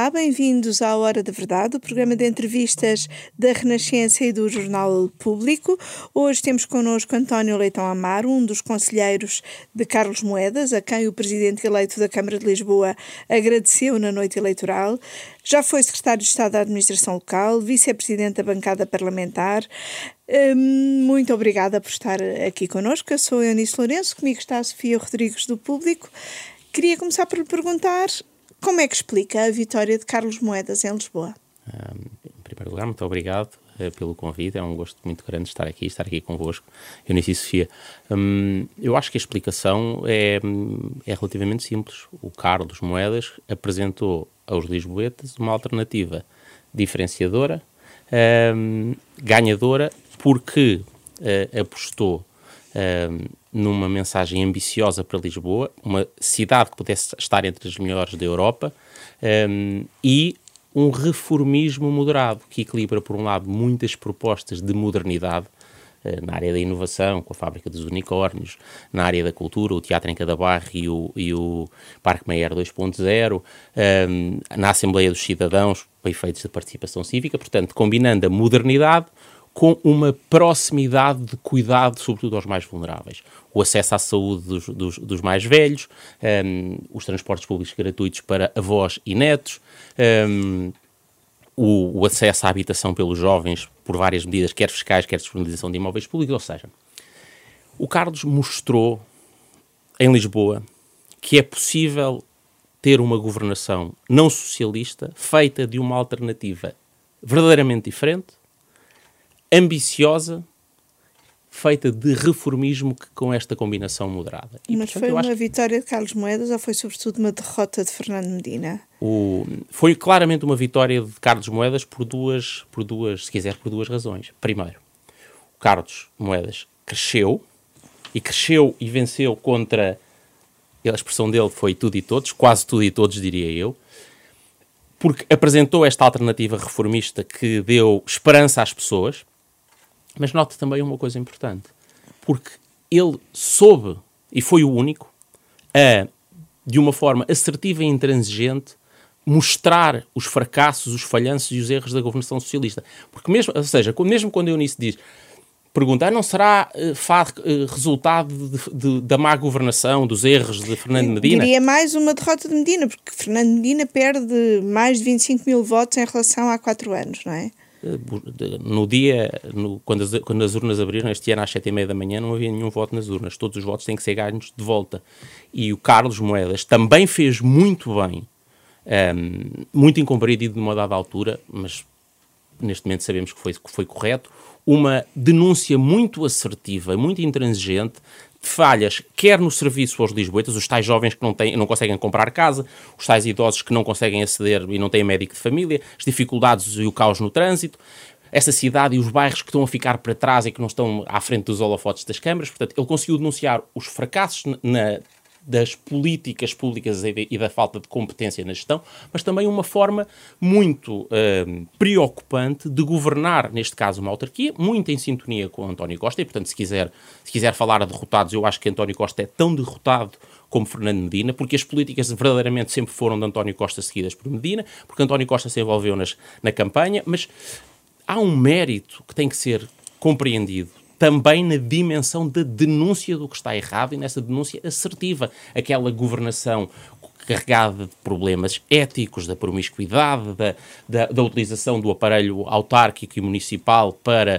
Olá, bem-vindos à Hora da Verdade, o programa de entrevistas da Renascença e do Jornal Público. Hoje temos connosco António Leitão Amaro, um dos conselheiros de Carlos Moedas, a quem o presidente eleito da Câmara de Lisboa agradeceu na noite eleitoral. Já foi secretário de Estado da Administração Local, vice-presidente da bancada parlamentar. Muito obrigada por estar aqui connosco. Eu sou a Eunice Lourenço, comigo está a Sofia Rodrigues do Público. Queria começar por lhe perguntar como é que explica a vitória de Carlos Moedas em Lisboa. Em primeiro lugar, muito obrigado pelo convite. É um gosto muito grande estar aqui convosco. Eunice e Sofia. Eu acho que a explicação é relativamente simples. O Carlos Moedas apresentou aos lisboetas uma alternativa diferenciadora, ganhadora, porque apostou numa mensagem ambiciosa para Lisboa, uma cidade que pudesse estar entre as melhores da Europa, e um reformismo moderado, que equilibra, por um lado, muitas propostas de modernidade, na área da inovação, com a Fábrica dos Unicórnios, na área da cultura, o Teatro em Cada Bairro e o Parque Mayer 2.0, na Assembleia dos Cidadãos, para efeitos de participação cívica, portanto, combinando a modernidade com uma proximidade de cuidado, sobretudo aos mais vulneráveis. O acesso à saúde dos mais velhos, os transportes públicos gratuitos para avós e netos, o acesso à habitação pelos jovens por várias medidas, quer fiscais, quer disponibilização de imóveis públicos. Ou seja, o Carlos mostrou em Lisboa que é possível ter uma governação não socialista, feita de uma alternativa verdadeiramente diferente, ambiciosa, feita de reformismo, que com esta combinação moderada. E, mas portanto, foi uma vitória de Carlos Moedas ou foi sobretudo uma derrota de Fernando Medina? Foi claramente uma vitória de Carlos Moedas por duas razões. Primeiro, o Carlos Moedas cresceu e venceu contra, a expressão dele foi tudo e todos, quase tudo e todos, diria eu, porque apresentou esta alternativa reformista que deu esperança às pessoas. Mas note também uma coisa importante, porque ele soube, e foi o único, de uma forma assertiva e intransigente, mostrar os fracassos, os falhanços e os erros da governação socialista. Porque mesmo quando a Eunice diz, pergunta, não será resultado da má governação, dos erros de Fernando Medina? Diria mais uma derrota de Medina, porque Fernando Medina perde mais de 25 mil votos em relação a há 4 anos, não é? Quando as urnas abriram este ano às 7h30 da manhã, não havia nenhum voto nas urnas. Todos os votos têm que ser ganhos de volta. E o Carlos Moedas também fez muito bem, muito incompreendido numa dada altura, mas neste momento sabemos que foi correto, uma denúncia muito assertiva, muito intransigente, de falhas, quer no serviço aos lisboetas, os tais jovens que não conseguem comprar casa, os tais idosos que não conseguem aceder e não têm médico de família, as dificuldades e o caos no trânsito, essa cidade e os bairros que estão a ficar para trás e que não estão à frente dos holofotes das câmaras. Portanto, ele conseguiu denunciar os fracassos das políticas públicas e da falta de competência na gestão, mas também uma forma muito preocupante de governar, neste caso, uma autarquia, muito em sintonia com António Costa, e, portanto, se quiser falar a derrotados, eu acho que António Costa é tão derrotado como Fernando Medina, porque as políticas verdadeiramente sempre foram de António Costa seguidas por Medina, porque António Costa se envolveu na campanha, mas há um mérito que tem que ser compreendido também na dimensão da denúncia do que está errado e nessa denúncia assertiva. Aquela governação carregada de problemas éticos, da promiscuidade, da utilização do aparelho autárquico e municipal para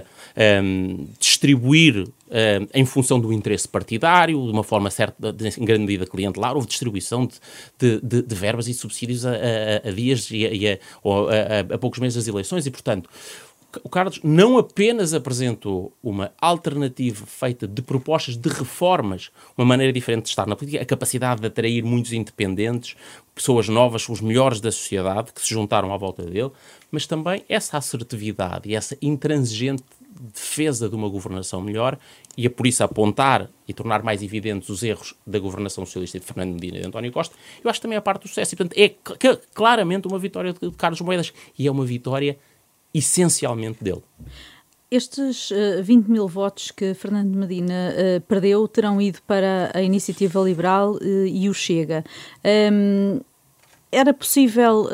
distribuir em função do interesse partidário, de uma forma certa, em grande medida clientelar. Houve distribuição de verbas e subsídios a dias ou a poucos meses das eleições e, portanto, o Carlos não apenas apresentou uma alternativa feita de propostas de reformas, uma maneira diferente de estar na política, a capacidade de atrair muitos independentes, pessoas novas, os melhores da sociedade, que se juntaram à volta dele, mas também essa assertividade e essa intransigente defesa de uma governação melhor, e é por isso apontar e tornar mais evidentes os erros da governação socialista de Fernando Medina e de António Costa. Eu acho que também a parte do sucesso. E, portanto, é claramente uma vitória de Carlos Moedas, e é uma vitória essencialmente dele. Estes 20 mil votos que Fernando Medina perdeu terão ido para a Iniciativa Liberal e o Chega. Era possível,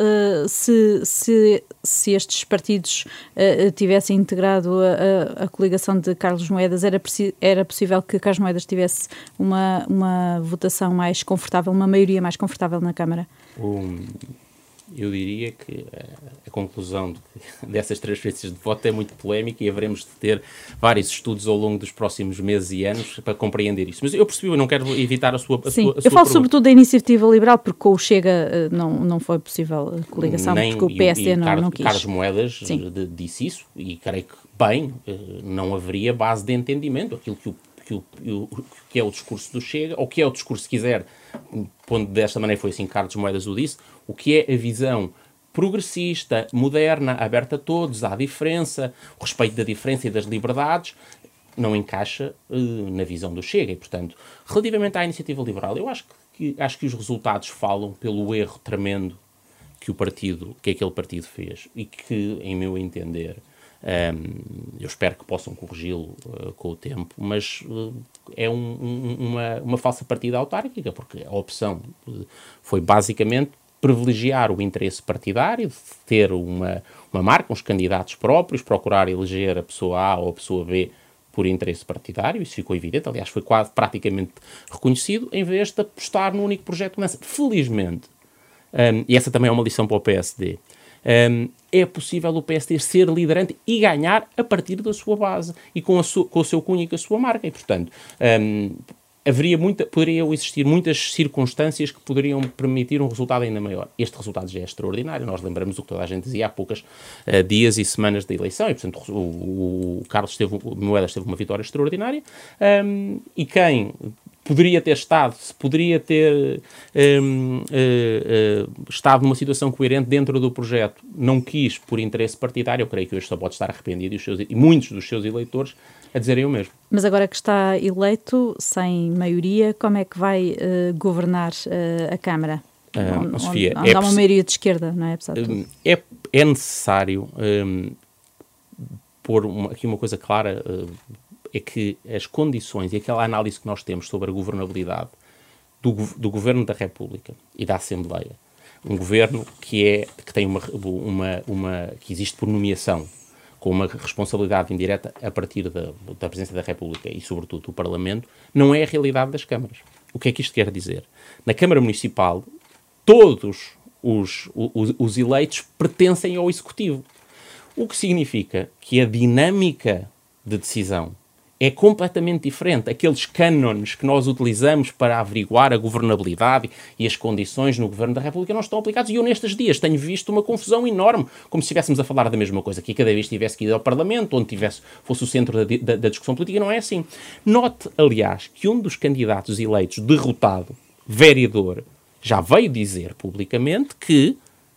se estes partidos tivessem integrado a coligação de Carlos Moedas, era possível que Carlos Moedas tivesse uma votação mais confortável, uma maioria mais confortável na Câmara? Eu diria que a conclusão dessas transferências de voto é muito polémica e haveremos de ter vários estudos ao longo dos próximos meses e anos para compreender isso. Mas eu percebi, eu não quero evitar a sua Sim, eu falo pergunta. sobretudo da Iniciativa Liberal, porque com o Chega não foi possível a coligação, porque o PSD não quis. Carlos Moedas disse isso, e creio que bem, não haveria base de entendimento. Aquilo que é o discurso do Chega, ou que é o discurso, se quiser, pondo desta maneira, foi assim que Carlos Moedas o disse, o que é a visão progressista, moderna, aberta a todos, à diferença, o respeito da diferença e das liberdades, não encaixa na visão do Chega. E, portanto, relativamente à Iniciativa Liberal, eu acho que os resultados falam pelo erro tremendo que aquele partido fez, e que, em meu entender, eu espero que possam corrigi-lo com o tempo, mas é uma falsa partida autárquica, porque a opção foi basicamente privilegiar o interesse partidário, de ter uma marca, uns candidatos próprios, procurar eleger a pessoa A ou a pessoa B por interesse partidário. Isso ficou evidente, aliás foi quase praticamente reconhecido, em vez de apostar no único projeto de mudança. Felizmente, e essa também é uma lição para o PSD, é possível o PSD ser liderante e ganhar a partir da sua base e com o seu cunho e com a sua marca. E, portanto, poderiam existir muitas circunstâncias que poderiam permitir um resultado ainda maior. Este resultado já é extraordinário. Nós lembramos o que toda a gente dizia há poucos dias e semanas da eleição, e, portanto, o Carlos Moedas teve uma vitória extraordinária, e quem poderia ter estado estado numa situação coerente dentro do projeto, não quis por interesse partidário, eu creio que hoje só pode estar arrependido, e muitos dos seus eleitores a dizerem o mesmo. Mas agora que está eleito, sem maioria, como é que vai governar a Câmara? Sofia, onde há uma maioria de esquerda, não é? Apesar de tudo. É necessário pôr aqui uma coisa clara, é que as condições e aquela análise que nós temos sobre a governabilidade do Governo da República e da Assembleia, um governo que tem que existe por nomeação, com uma responsabilidade indireta a partir da Presidência da República e, sobretudo, do Parlamento, não é a realidade das câmaras. O que é que isto quer dizer? Na Câmara Municipal, todos os eleitos pertencem ao Executivo, o que significa que a dinâmica de decisão é completamente diferente. Aqueles cânones que nós utilizamos para averiguar a governabilidade e as condições no Governo da República não estão aplicados. E eu, nestes dias, tenho visto uma confusão enorme, como se estivéssemos a falar da mesma coisa, que cada vez tivesse que ir ao Parlamento, onde fosse o centro da discussão política. Não é assim. Note, aliás, que um dos candidatos eleitos derrotado, vereador, já veio dizer publicamente que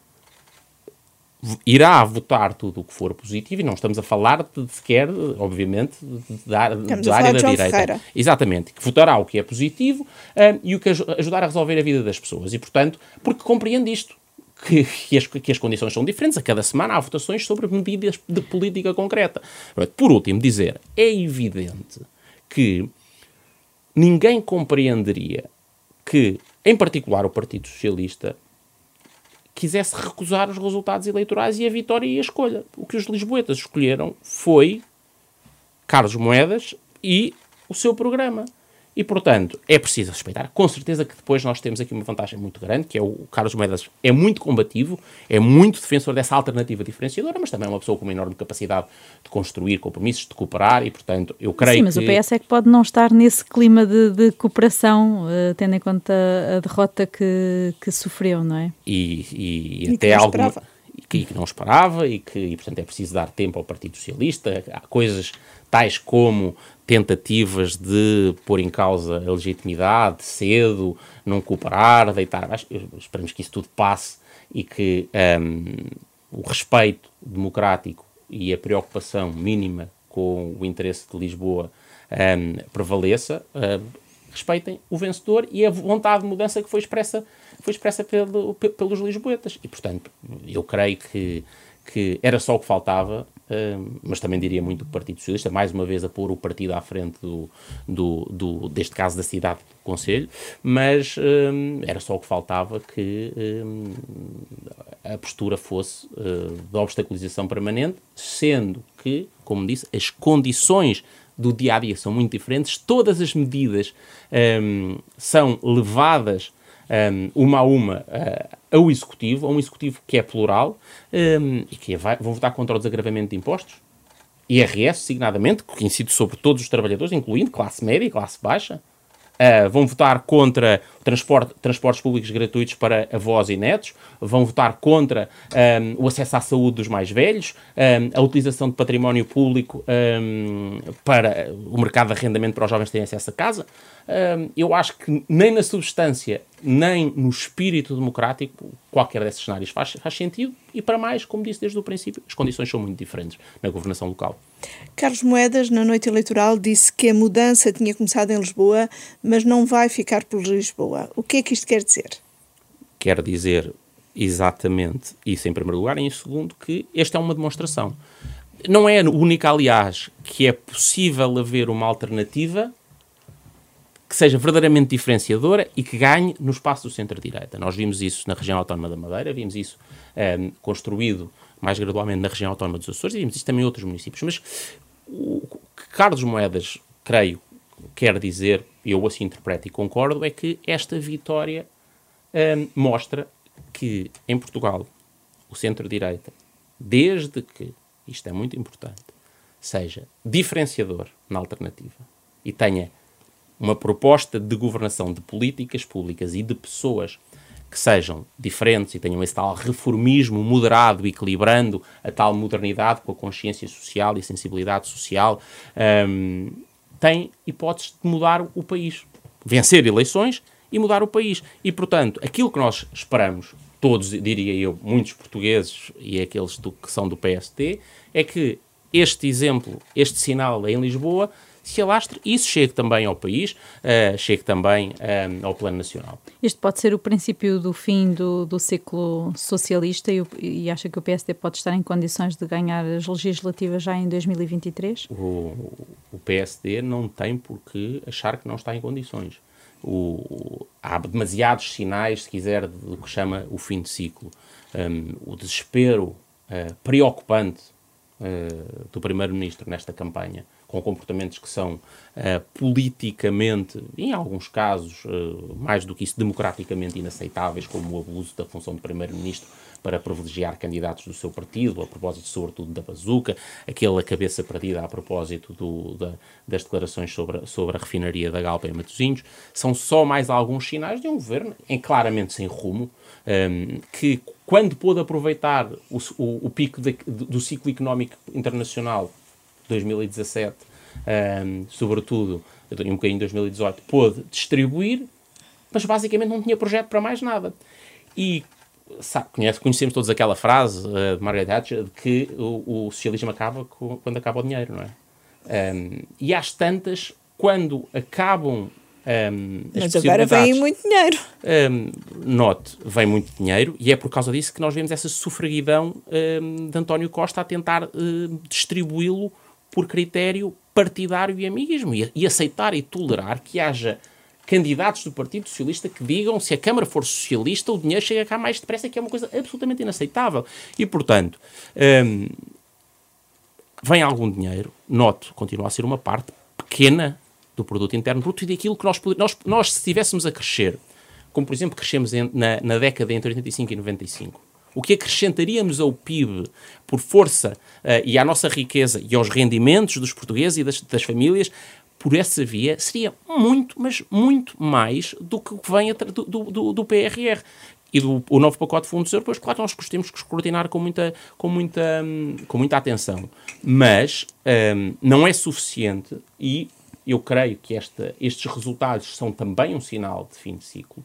irá votar tudo o que for positivo, e não estamos a falar de sequer, obviamente, da área da direita. Ferreira. Exatamente, que votará o que é positivo e o que ajudar a resolver a vida das pessoas. E, portanto, porque compreende isto, que as condições são diferentes. A cada semana há votações sobre medidas de política concreta. Por último, dizer, é evidente que ninguém compreenderia que, em particular, o Partido Socialista quisesse recusar os resultados eleitorais e a vitória e a escolha. O que os lisboetas escolheram foi Carlos Moedas e o seu programa. E, portanto, é preciso respeitar. Com certeza que depois nós temos aqui uma vantagem muito grande, que é o Carlos Moedas é muito combativo, é muito defensor dessa alternativa diferenciadora, mas também é uma pessoa com uma enorme capacidade de construir compromissos, de cooperar, e, portanto, eu creio que... Sim, mas o PS é que pode não estar nesse clima de cooperação, tendo em conta a derrota que sofreu, não é? E até algo... Que não esperava e, portanto, é preciso dar tempo ao Partido Socialista. Há coisas tais como tentativas de pôr em causa a legitimidade cedo, não cooperar, deitar abaixo. Esperamos que isso tudo passe e que o respeito democrático e a preocupação mínima com o interesse de Lisboa prevaleça. Respeitem o vencedor e a vontade de mudança que foi expressa pelos lisboetas. E, portanto, eu creio que era só o que faltava mas também diria muito do Partido Socialista, mais uma vez a pôr o partido à frente deste caso da cidade do Conselho, mas era só o que faltava que a postura fosse de obstaculização permanente, sendo que, como disse, as condições do dia-a-dia são muito diferentes, todas as medidas são levadas uma a uma a um executivo que é plural e que vão votar contra o desagravamento de impostos, IRS, designadamente, que incide sobre todos os trabalhadores, incluindo classe média e classe baixa. Vão votar contra transportes públicos gratuitos para avós e netos, vão votar contra o acesso à saúde dos mais velhos, a utilização de património público para o mercado de arrendamento para os jovens terem acesso a casa. Eu acho que nem na substância, nem no espírito democrático, qualquer desses cenários faz sentido e, para mais, como disse desde o princípio, as condições são muito diferentes na governação local. Carlos Moedas, na noite eleitoral, disse que a mudança tinha começado em Lisboa, mas não vai ficar por Lisboa. O que é que isto quer dizer? Quer dizer exatamente isso em primeiro lugar, e em segundo que esta é uma demonstração. Não é única, aliás, que é possível haver uma alternativa que seja verdadeiramente diferenciadora e que ganhe no espaço do centro-direita. Nós vimos isso na região autónoma da Madeira, vimos isso construído mais gradualmente na região autónoma dos Açores e vimos isso também em outros municípios. Mas o que Carlos Moedas, creio, quer dizer, eu assim interpreto e concordo, é que esta vitória mostra que em Portugal o centro-direita, desde que, isto é muito importante, seja diferenciador na alternativa e tenha uma proposta de governação de políticas públicas e de pessoas que sejam diferentes e tenham esse tal reformismo moderado, equilibrando a tal modernidade com a consciência social e a sensibilidade social, tem hipóteses de mudar o país. Vencer eleições e mudar o país. E, portanto, aquilo que nós esperamos, todos, diria eu, muitos portugueses e aqueles que são do PSD, é que este exemplo, este sinal em Lisboa, se alastre e isso chegue também ao país, chegue também ao plano nacional. Este pode ser o princípio do fim do ciclo socialista e acha que o PSD pode estar em condições de ganhar as legislativas já em 2023? O PSD não tem por que achar que não está em condições. Há demasiados sinais, se quiser, do que chama o fim de ciclo. O desespero preocupante do Primeiro-Ministro nesta campanha, com comportamentos que são politicamente, em alguns casos, mais do que isso, democraticamente inaceitáveis, como o abuso da função de Primeiro-Ministro para privilegiar candidatos do seu partido, a propósito, sobretudo, da bazuca, aquela cabeça perdida a propósito das declarações sobre a refinaria da Galpa em Matosinhos, são só mais alguns sinais de um governo claramente sem rumo, que, quando pôde aproveitar o pico do ciclo económico internacional 2017, sobretudo, um bocadinho em 2018, pôde distribuir, mas basicamente não tinha projeto para mais nada. E conhecemos todos aquela frase de Margaret Thatcher de que o socialismo acaba quando acaba o dinheiro, não é? E às tantas, quando acabam mas agora vem muito dinheiro. Note, vem muito dinheiro e é por causa disso que nós vemos essa sofreguidão de António Costa a tentar distribuí-lo por critério partidário e amiguismo e aceitar e tolerar que haja candidatos do Partido Socialista que digam se a Câmara for socialista o dinheiro chega cá mais depressa, que é uma coisa absolutamente inaceitável. E, portanto, vem algum dinheiro, note, continua a ser uma parte pequena do produto interno bruto e daquilo que nós se estivéssemos a crescer, como por exemplo crescemos na década entre 85 e 95, o que acrescentaríamos ao PIB por força e à nossa riqueza e aos rendimentos dos portugueses e das famílias por essa via seria muito, mas muito mais do que vem do PRR. E o novo pacote de fundos europeus, claro, nós temos que escrutinar com muita atenção. Mas não é suficiente e eu creio que estes resultados são também um sinal de fim de ciclo.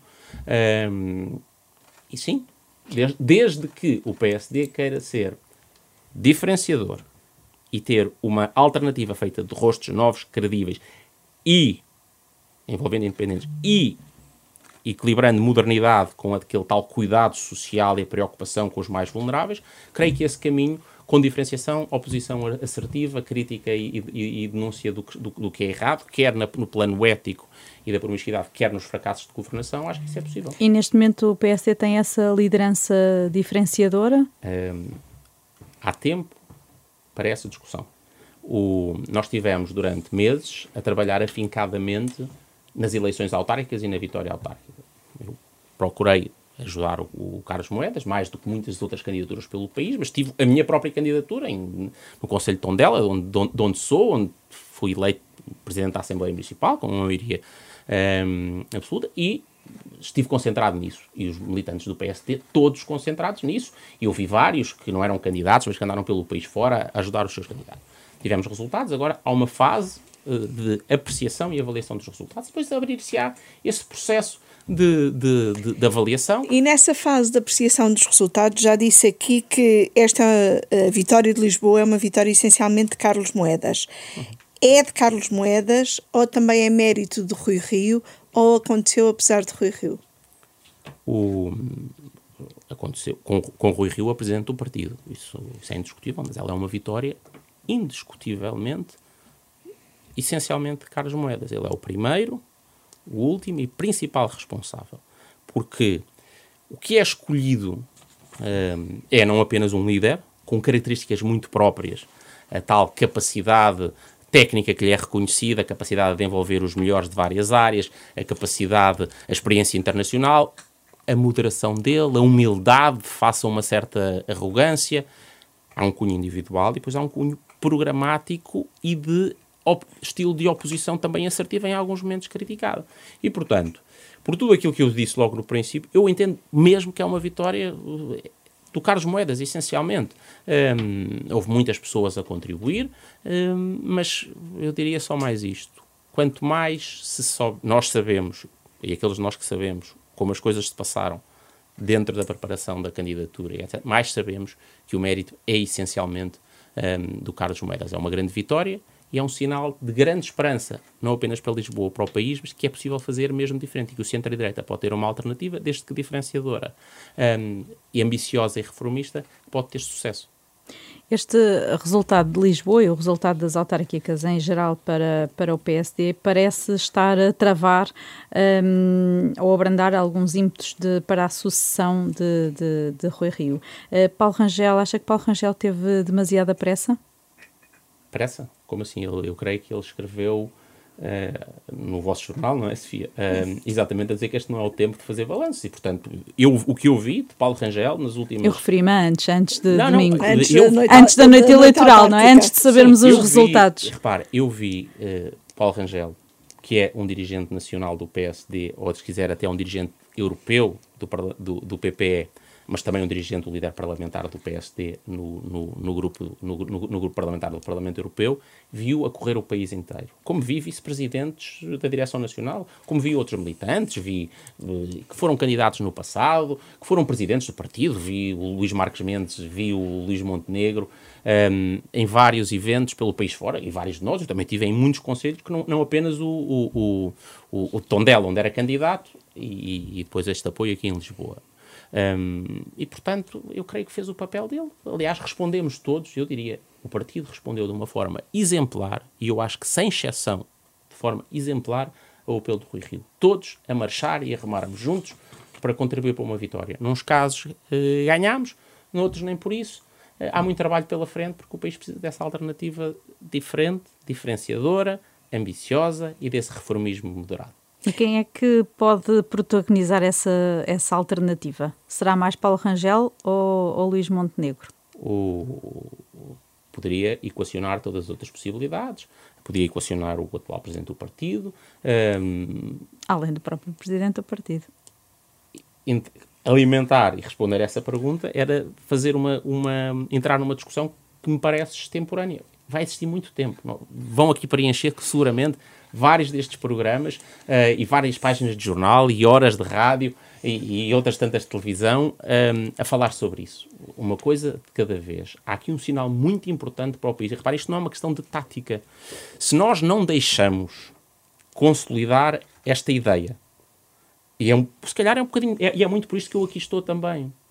E sim, desde que o PSD queira ser diferenciador e ter uma alternativa feita de rostos novos, credíveis e envolvendo independentes e equilibrando modernidade com aquele tal cuidado social e a preocupação com os mais vulneráveis, creio que esse caminho com diferenciação, oposição assertiva, crítica e denúncia do que é errado, quer no plano ético e da promiscuidade, quer nos fracassos de governação. Acho que isso é possível. E neste momento o PSD tem essa liderança diferenciadora? Há tempo para essa discussão. Nós tivemos durante meses a trabalhar afincadamente nas eleições autárquicas e na vitória autárquica. Eu procurei ajudar o Carlos Moedas, mais do que muitas outras candidaturas pelo país, mas tive a minha própria candidatura no Conselho de Tondela, de onde sou, onde fui eleito Presidente da Assembleia Municipal, com uma maioria absoluta, e estive concentrado nisso. E os militantes do PSD, todos concentrados nisso, e eu vi vários que não eram candidatos, mas que andaram pelo país fora a ajudar os seus candidatos. Tivemos resultados, agora há uma fase de apreciação e avaliação dos resultados, e depois abrir-se-á esse processo de avaliação. E nessa fase de apreciação dos resultados, já disse aqui que esta vitória de Lisboa é uma vitória essencialmente de Carlos Moedas. É de Carlos Moedas ou também é mérito de Rui Rio ou aconteceu apesar de Rui Rio? Aconteceu com Rui Rio, a presidente do partido. Isso é indiscutível, mas ela é uma vitória indiscutivelmente, essencialmente de Carlos Moedas. Ele é o primeiro, o último e principal responsável. Porque o que é escolhido é não apenas um líder, com características muito próprias, a tal capacidade técnica que lhe é reconhecida, a capacidade de envolver os melhores de várias áreas, a experiência internacional, a moderação dele, a humildade face a uma certa arrogância. Há um cunho individual e depois há um cunho programático e de estilo de oposição também assertivo, em alguns momentos criticado. E, portanto, por tudo aquilo que eu disse logo no princípio, eu entendo mesmo que é uma vitória do Carlos Moedas, essencialmente. Houve muitas pessoas a contribuir, mas eu diria só mais isto. Quanto mais nós sabemos, e aqueles de nós que sabemos, como as coisas se passaram dentro da preparação da candidatura, etc., mais sabemos que o mérito é essencialmente do Carlos Moedas. É uma grande vitória e é um sinal de grande esperança, não apenas para Lisboa ou para o país, mas que é possível fazer mesmo diferente e que o centro-direita pode ter uma alternativa, desde que diferenciadora e ambiciosa e reformista, pode ter sucesso. Este resultado de Lisboa e o resultado das autárquicas em geral para o PSD parece estar a travar ou abrandar alguns ímpetos para a sucessão de Rui Rio. Paulo Rangel, acha que Paulo Rangel teve demasiada pressa? Pressa? Como assim? Eu creio que ele escreveu no vosso jornal, não é, Sofia? Exatamente a dizer que este não é o tempo de fazer balanços. E, portanto, o que eu vi de Paulo Rangel nas últimas... Eu referi-me antes de domingo. Não, antes da noite eleitoral, não é? Antes de sabermos os resultados. Repara, eu vi Paulo Rangel, que é um dirigente nacional do PSD, ou se quiser até um dirigente europeu do PPE, mas também um dirigente, um líder parlamentar do PSD no grupo parlamentar do Parlamento Europeu, viu a correr o país inteiro. Como vi vice-presidentes da Direção Nacional, como vi outros militantes, vi que foram candidatos no passado, que foram presidentes do partido, vi o Luís Marques Mendes, vi o Luís Montenegro, em vários eventos pelo país fora, e vários de nós, eu também estive em muitos conselhos, que não apenas o Tondela, onde era candidato, e depois este apoio aqui em Lisboa. E, portanto, eu creio que fez o papel dele. Aliás, respondemos todos, eu diria, o partido respondeu de uma forma exemplar, e eu acho que sem exceção, de forma exemplar, ao apelo do Rui Rio. Todos a marchar e a remarmos juntos para contribuir para uma vitória. Nuns casos ganhámos, noutros nem por isso. Há muito trabalho pela frente, porque o país precisa dessa alternativa diferente, diferenciadora, ambiciosa e desse reformismo moderado. E quem é que pode protagonizar essa alternativa? Será mais Paulo Rangel ou Luís Montenegro? Poderia equacionar todas as outras possibilidades, podia equacionar o atual presidente do partido. Além do próprio presidente do partido. Alimentar e responder a essa pergunta era fazer entrar numa discussão que me parece extemporânea. Vai existir muito tempo. Vão aqui preencher seguramente vários destes programas e várias páginas de jornal e horas de rádio e outras tantas de televisão a falar sobre isso. Uma coisa de cada vez. Há aqui um sinal muito importante para o país. Repare, isto não é uma questão de tática. Se nós não deixamos consolidar esta ideia, se calhar é um bocadinho... E é muito por isto que eu aqui estou também.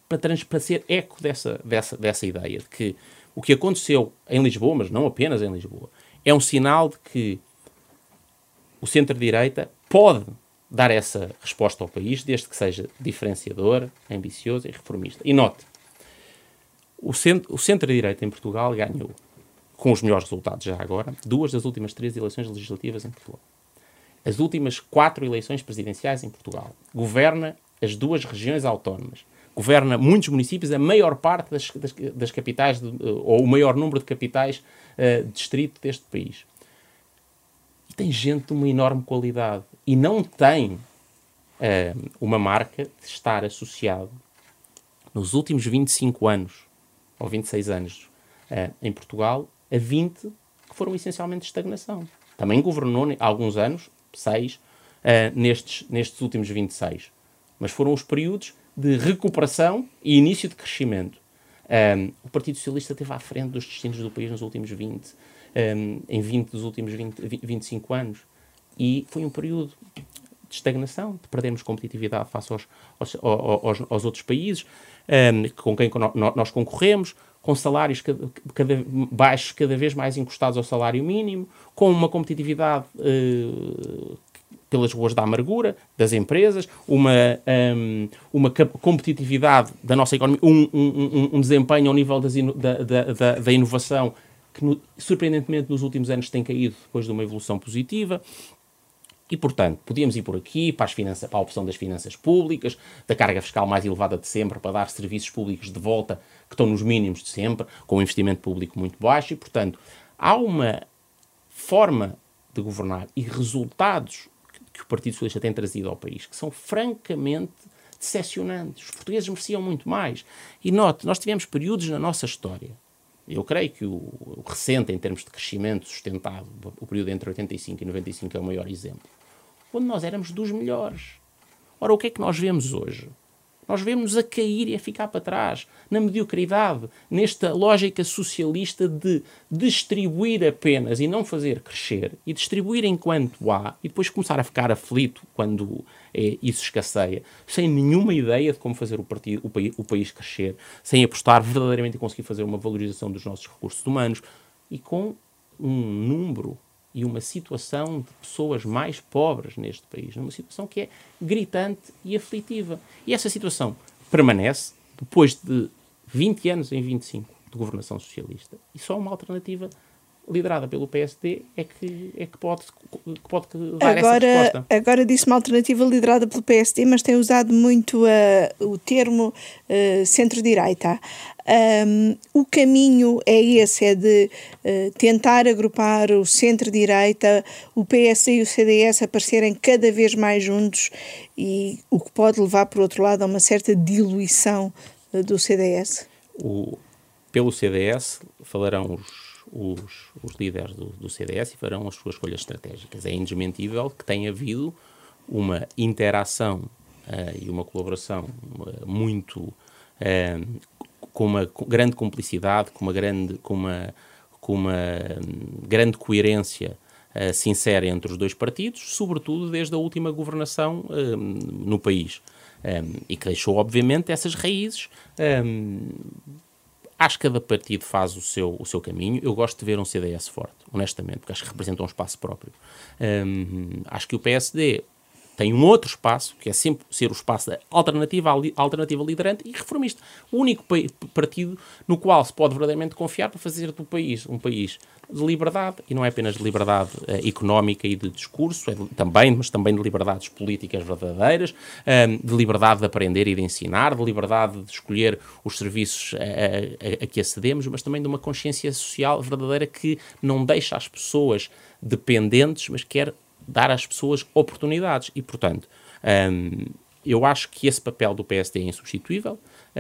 para ser eco dessa ideia de que o que aconteceu em Lisboa, mas não apenas em Lisboa, é um sinal de que o centro-direita pode dar essa resposta ao país, desde que seja diferenciador, ambicioso e reformista. E note, o centro-direita em Portugal ganhou, com os melhores resultados já agora, 2 das últimas 3 eleições legislativas em Portugal. As últimas 4 eleições presidenciais em Portugal. Governa as 2 regiões autónomas. Governa muitos municípios, a maior parte das capitais, ou o maior número de capitais de distrito deste país. E tem gente de uma enorme qualidade. E não tem uma marca de estar associado nos últimos 25 anos, ou 26 anos, em Portugal, a 20 que foram essencialmente de estagnação. Também governou há alguns anos, 6, nestes últimos 26. Mas foram os períodos de recuperação e início de crescimento. O Partido Socialista esteve à frente dos destinos do país nos últimos 20, em 20 dos últimos 25 anos. E foi um período de estagnação, de perdermos competitividade face aos outros países com quem nós concorremos, com salários baixos, cada vez mais encostados ao salário mínimo, com uma competitividade pelas ruas da amargura das empresas, uma competitividade da nossa economia, um desempenho ao nível da inovação que, surpreendentemente, nos últimos anos tem caído depois de uma evolução positiva. E, portanto, podíamos ir por aqui para a opção das finanças públicas, da carga fiscal mais elevada de sempre, para dar serviços públicos de volta que estão nos mínimos de sempre, com um investimento público muito baixo. E, portanto, há uma forma de governar e resultados que o Partido Socialista tem trazido ao país que são francamente decepcionantes. Os portugueses mereciam muito mais. E note, nós tivemos períodos na nossa história. Eu creio que o recente, em termos de crescimento sustentado, o período entre 85 e 95 é o maior exemplo, onde nós éramos dos melhores. Ora, o que é que nós vemos hoje? Nós vemos-nos a cair e a ficar para trás, na mediocridade, nesta lógica socialista de distribuir apenas e não fazer crescer, e distribuir enquanto há, e depois começar a ficar aflito quando isso escasseia, sem nenhuma ideia de como fazer o país crescer, sem apostar verdadeiramente em conseguir fazer uma valorização dos nossos recursos humanos, e com um número e uma situação de pessoas mais pobres neste país, numa situação que é gritante e aflitiva. E essa situação permanece depois de 20 anos em 25 de governação socialista. E só uma alternativa liderada pelo PSD é que pode dar essa resposta. Agora disse uma alternativa liderada pelo PSD, mas tem usado muito o termo centro-direita. O caminho é esse, é de tentar agrupar o centro-direita, o PS e o CDS aparecerem cada vez mais juntos, e o que pode levar, por outro lado, a uma certa diluição do CDS? Pelo CDS falarão os líderes do CDS e farão as suas escolhas estratégicas. É indesmentível que tenha havido uma interação e uma colaboração muito com uma grande cumplicidade, com uma grande coerência sincera entre os dois partidos, sobretudo desde a última governação no país, e que deixou, obviamente, essas raízes. Acho que cada partido faz o seu caminho. Eu gosto de ver um CDS forte, honestamente, porque acho que representa um espaço próprio. Acho que o PSD tem um outro espaço, que é sempre ser o espaço da alternativa liderante e reformista. O único partido no qual se pode verdadeiramente confiar para fazer do país um país de liberdade, e não é apenas de liberdade económica e de discurso, mas também de liberdades políticas verdadeiras, de liberdade de aprender e de ensinar, de liberdade de escolher os serviços a que acedemos, mas também de uma consciência social verdadeira que não deixa as pessoas dependentes, mas quer dar às pessoas oportunidades. E, portanto, eu acho que esse papel do PSD é insubstituível,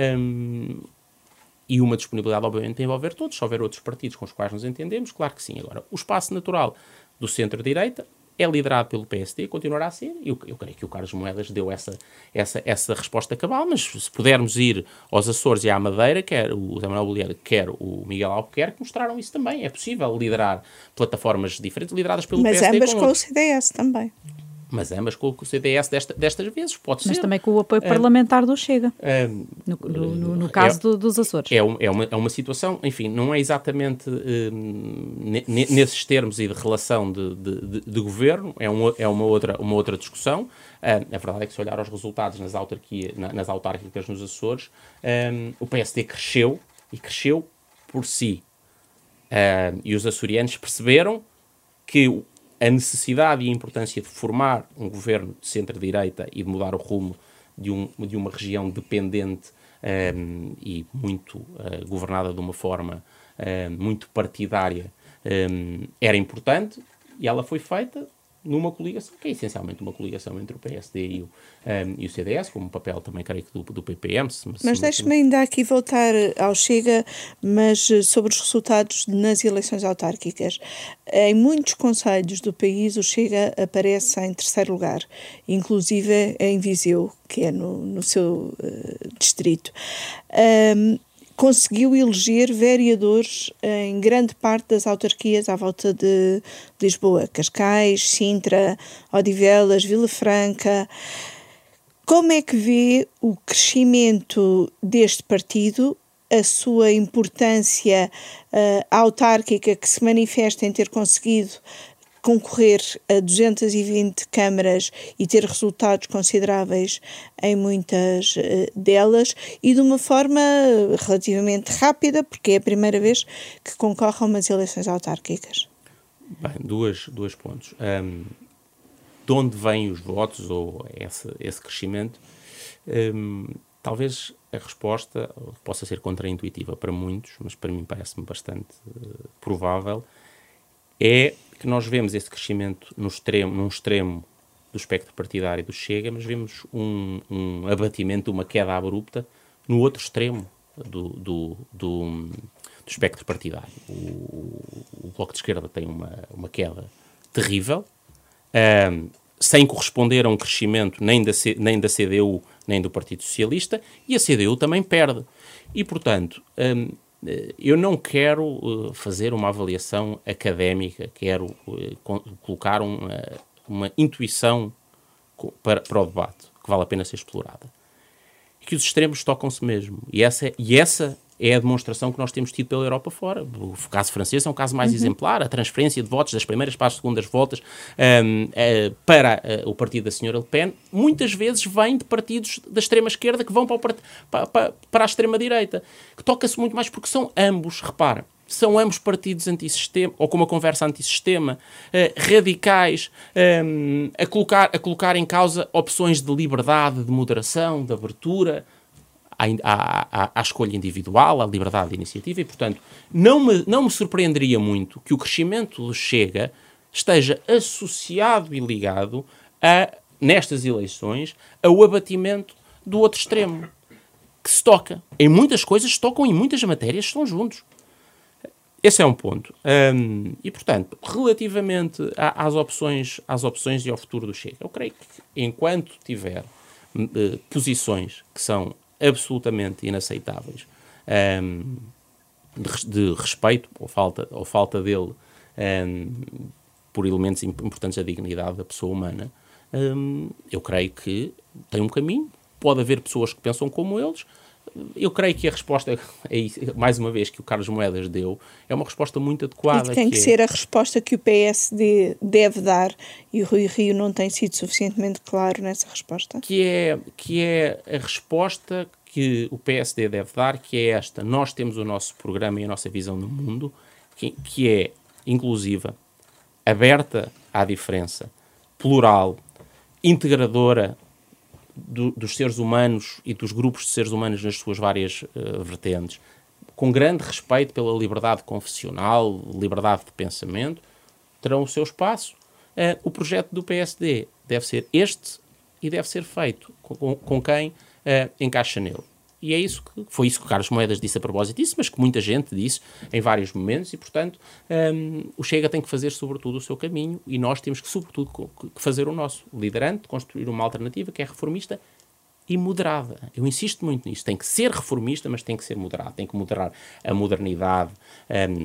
e uma disponibilidade, obviamente, de envolver todos. Se houver outros partidos com os quais nos entendemos, claro que sim. Agora, o espaço natural do centro-direita é liderado pelo PSD, continuará a ser. Eu creio que o Carlos Moedas deu essa resposta cabal, mas se pudermos ir aos Açores e à Madeira, quer o Zé Manuel Bolieiro, quer o Miguel Albuquerque, mostraram isso também. É possível liderar plataformas diferentes, lideradas pelo mas PSD. Mas ambas com o CDS também. mas ambas com o CDS destas vezes, pode Mas ser. também com o apoio parlamentar do Chega, no caso dos Açores. É uma situação, enfim, não é exatamente nesses termos e de relação de governo, é uma outra discussão. A verdade é que se olhar aos resultados nas autárquicas nos Açores, o PSD cresceu, e cresceu por si. E os açorianos perceberam que a necessidade e a importância de formar um governo de centro-direita e de mudar o rumo de uma região dependente e muito governada de uma forma muito partidária era importante, e ela foi feita numa coligação, que é essencialmente uma coligação entre o PSD e o CDS, com um papel também, creio que, do PPM. Mas deixe-me ainda aqui voltar ao Chega, mas sobre os resultados nas eleições autárquicas. Em muitos concelhos do país, o Chega aparece em terceiro lugar, inclusive em Viseu, que é no seu distrito. Conseguiu eleger vereadores em grande parte das autarquias à volta de Lisboa, Cascais, Sintra, Odivelas, Vila Franca. Como é que vê o crescimento deste partido, a sua importância autárquica que se manifesta em ter conseguido concorrer a 220 câmaras e ter resultados consideráveis em muitas delas, e de uma forma relativamente rápida, porque é a primeira vez que concorre a umas eleições autárquicas? Bem, dois pontos. De onde vêm os votos ou esse crescimento? Talvez a resposta possa ser contraintuitiva para muitos, mas para mim parece-me bastante provável, é que nós vemos esse crescimento num extremo do espectro partidário do Chega, mas vemos um abatimento, uma queda abrupta no outro extremo do espectro partidário. O Bloco de Esquerda tem uma queda terrível, sem corresponder a um crescimento nem da CDU nem do Partido Socialista, e a CDU também perde. E, portanto, eu não quero fazer uma avaliação académica, quero colocar uma intuição para o debate, que vale a pena ser explorada. E que os extremos tocam-se mesmo. E essa é a demonstração que nós temos tido pela Europa fora. O caso francês é um caso mais exemplar. A transferência de votos das primeiras para as segundas voltas para o partido da senhora Le Pen, muitas vezes vem de partidos da extrema-esquerda que vão para a extrema-direita. Que toca-se muito mais porque são ambos, repara, são ambos partidos antissistema, ou com uma conversa antissistema, radicais, a colocar em causa opções de liberdade, de moderação, de abertura à escolha individual, à liberdade de iniciativa, e, portanto, não me surpreenderia muito que o crescimento do Chega esteja associado e ligado nestas eleições, ao abatimento do outro extremo, que se toca. Em muitas coisas se tocam, em muitas matérias estão juntos. Esse é um ponto. E, portanto, relativamente às opções e ao futuro do Chega, eu creio que enquanto tiver posições que são absolutamente inaceitáveis, de respeito ou falta dele por elementos importantes da dignidade da pessoa humana, eu creio que tem um caminho. Pode haver pessoas que pensam como eles. Eu creio que a resposta, mais uma vez, que o Carlos Moedas deu, é uma resposta muito adequada. E que tem que ser a resposta que o PSD deve dar, e o Rui Rio não tem sido suficientemente claro nessa resposta. Que é a resposta que o PSD deve dar, que é esta: nós temos o nosso programa e a nossa visão no mundo, que é inclusiva, aberta à diferença, plural, integradora dos seres humanos e dos grupos de seres humanos nas suas várias vertentes, com grande respeito pela liberdade confessional, liberdade de pensamento, terão o seu espaço. O projeto do PSD deve ser este e deve ser feito com quem encaixa nele. E foi isso que o Carlos Moedas disse a propósito disso, mas que muita gente disse em vários momentos, e, portanto, o Chega tem que fazer, sobretudo, o seu caminho, e nós temos que, sobretudo, que fazer o nosso, liderante, construir uma alternativa que é reformista e moderada. Eu insisto muito nisso. Tem que ser reformista, mas tem que ser moderado. Tem que moderar a modernidade,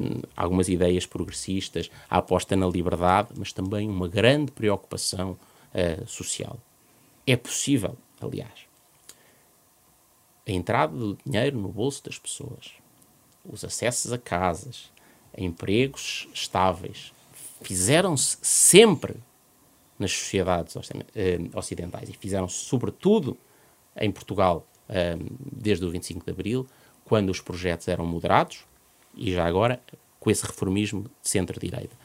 algumas ideias progressistas, a aposta na liberdade, mas também uma grande preocupação social. É possível, aliás. A entrada do dinheiro no bolso das pessoas, os acessos a casas, a empregos estáveis, fizeram-se sempre nas sociedades ocidentais e fizeram-se sobretudo em Portugal desde o 25 de Abril, quando os projetos eram moderados e já agora com esse reformismo de centro-direita.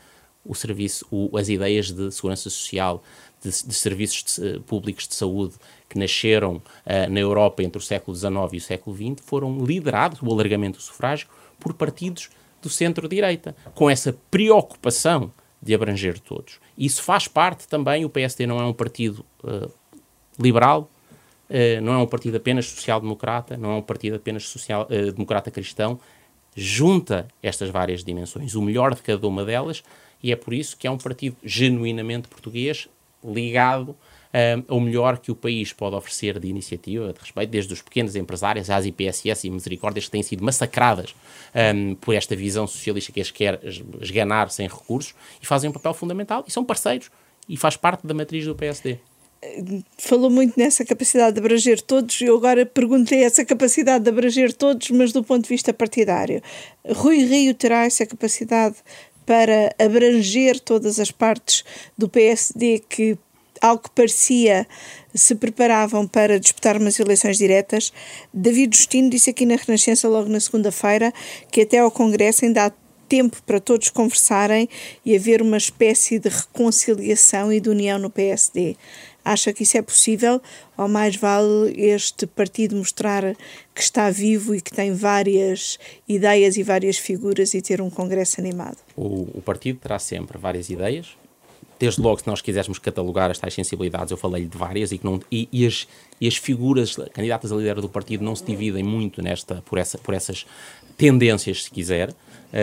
As ideias de segurança social, de serviços públicos de saúde que nasceram na Europa entre o século XIX e o século XX foram liderados, o alargamento do sufrágio, por partidos do centro-direita, com essa preocupação de abranger todos. Isso faz parte também, o PSD não é um partido liberal, não é um partido apenas social-democrata, não é um partido apenas democrata-cristão, junta estas várias dimensões, o melhor de cada uma delas, e é por isso que é um partido genuinamente português, ligado ao melhor que o país pode oferecer de iniciativa, de respeito, desde os pequenos empresários às IPSS e Misericórdias que têm sido massacradas por esta visão socialista que as quer esganar sem recursos, e fazem um papel fundamental, e são parceiros, e faz parte da matriz do PSD. Falou muito nessa capacidade de abranger todos. Eu agora perguntei essa capacidade de abranger todos, mas do ponto de vista partidário. Rui Rio terá essa capacidade para abranger todas as partes do PSD que, ao que parecia, se preparavam para disputar umas eleições diretas? David Justino disse aqui na Renascença, logo na segunda-feira, que até ao Congresso ainda há tempo para todos conversarem e haver uma espécie de reconciliação e de união no PSD. Acha que isso é possível, ou mais vale este partido mostrar que está vivo e que tem várias ideias e várias figuras e ter um congresso animado? O partido terá sempre várias ideias. Desde logo, se nós quiséssemos catalogar as tais sensibilidades, eu falei de várias, e as figuras candidatas a líder do partido não se dividem muito por essas tendências, se quiser.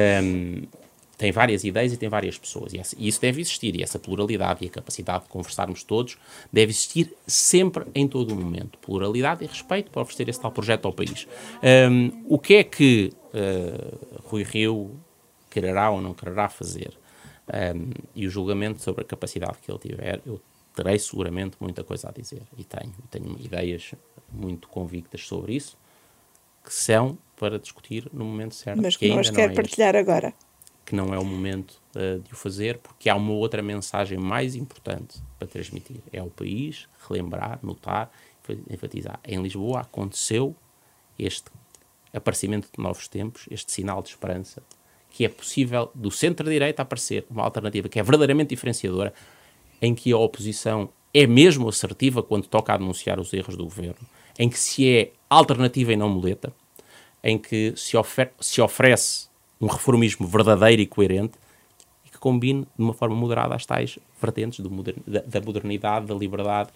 Tem várias ideias e tem várias pessoas, e isso deve existir, e essa pluralidade e a capacidade de conversarmos todos deve existir sempre, em todo o momento. Pluralidade e respeito para oferecer esse tal projeto ao país. O que é que Rui Rio quererá ou não quererá fazer? E o julgamento sobre a capacidade que ele tiver, eu terei seguramente muita coisa a dizer, e tenho ideias muito convictas sobre isso, que são para discutir no momento certo. Mas que não as quer partilhar agora. Que não é o momento de o fazer, porque há uma outra mensagem mais importante para transmitir. É ao país relembrar, notar, enfatizar. Em Lisboa aconteceu este aparecimento de novos tempos, este sinal de esperança, que é possível do centro-direita aparecer uma alternativa que é verdadeiramente diferenciadora, em que a oposição é mesmo assertiva quando toca a denunciar os erros do governo, em que se é alternativa e não muleta, em que se oferece um reformismo verdadeiro e coerente e que combine de uma forma moderada as tais vertentes da modernidade, da liberdade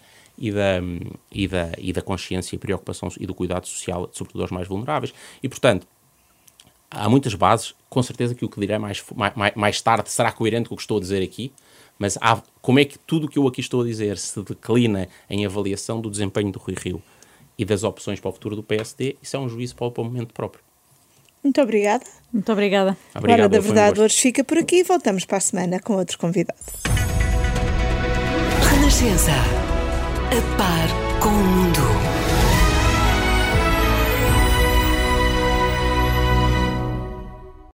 e da consciência e preocupação e do cuidado social, sobretudo aos mais vulneráveis. E, portanto, há muitas bases. Com certeza que o que direi mais tarde será coerente com o que estou a dizer aqui, mas como é que tudo o que eu aqui estou a dizer se declina em avaliação do desempenho do Rui Rio e das opções para o futuro do PSD, isso é um juízo para o momento próprio. Muito obrigada. Muito obrigada. Hora da Verdade hoje fica por aqui e voltamos para a semana com outro convidado. Renascença. A par com o mundo.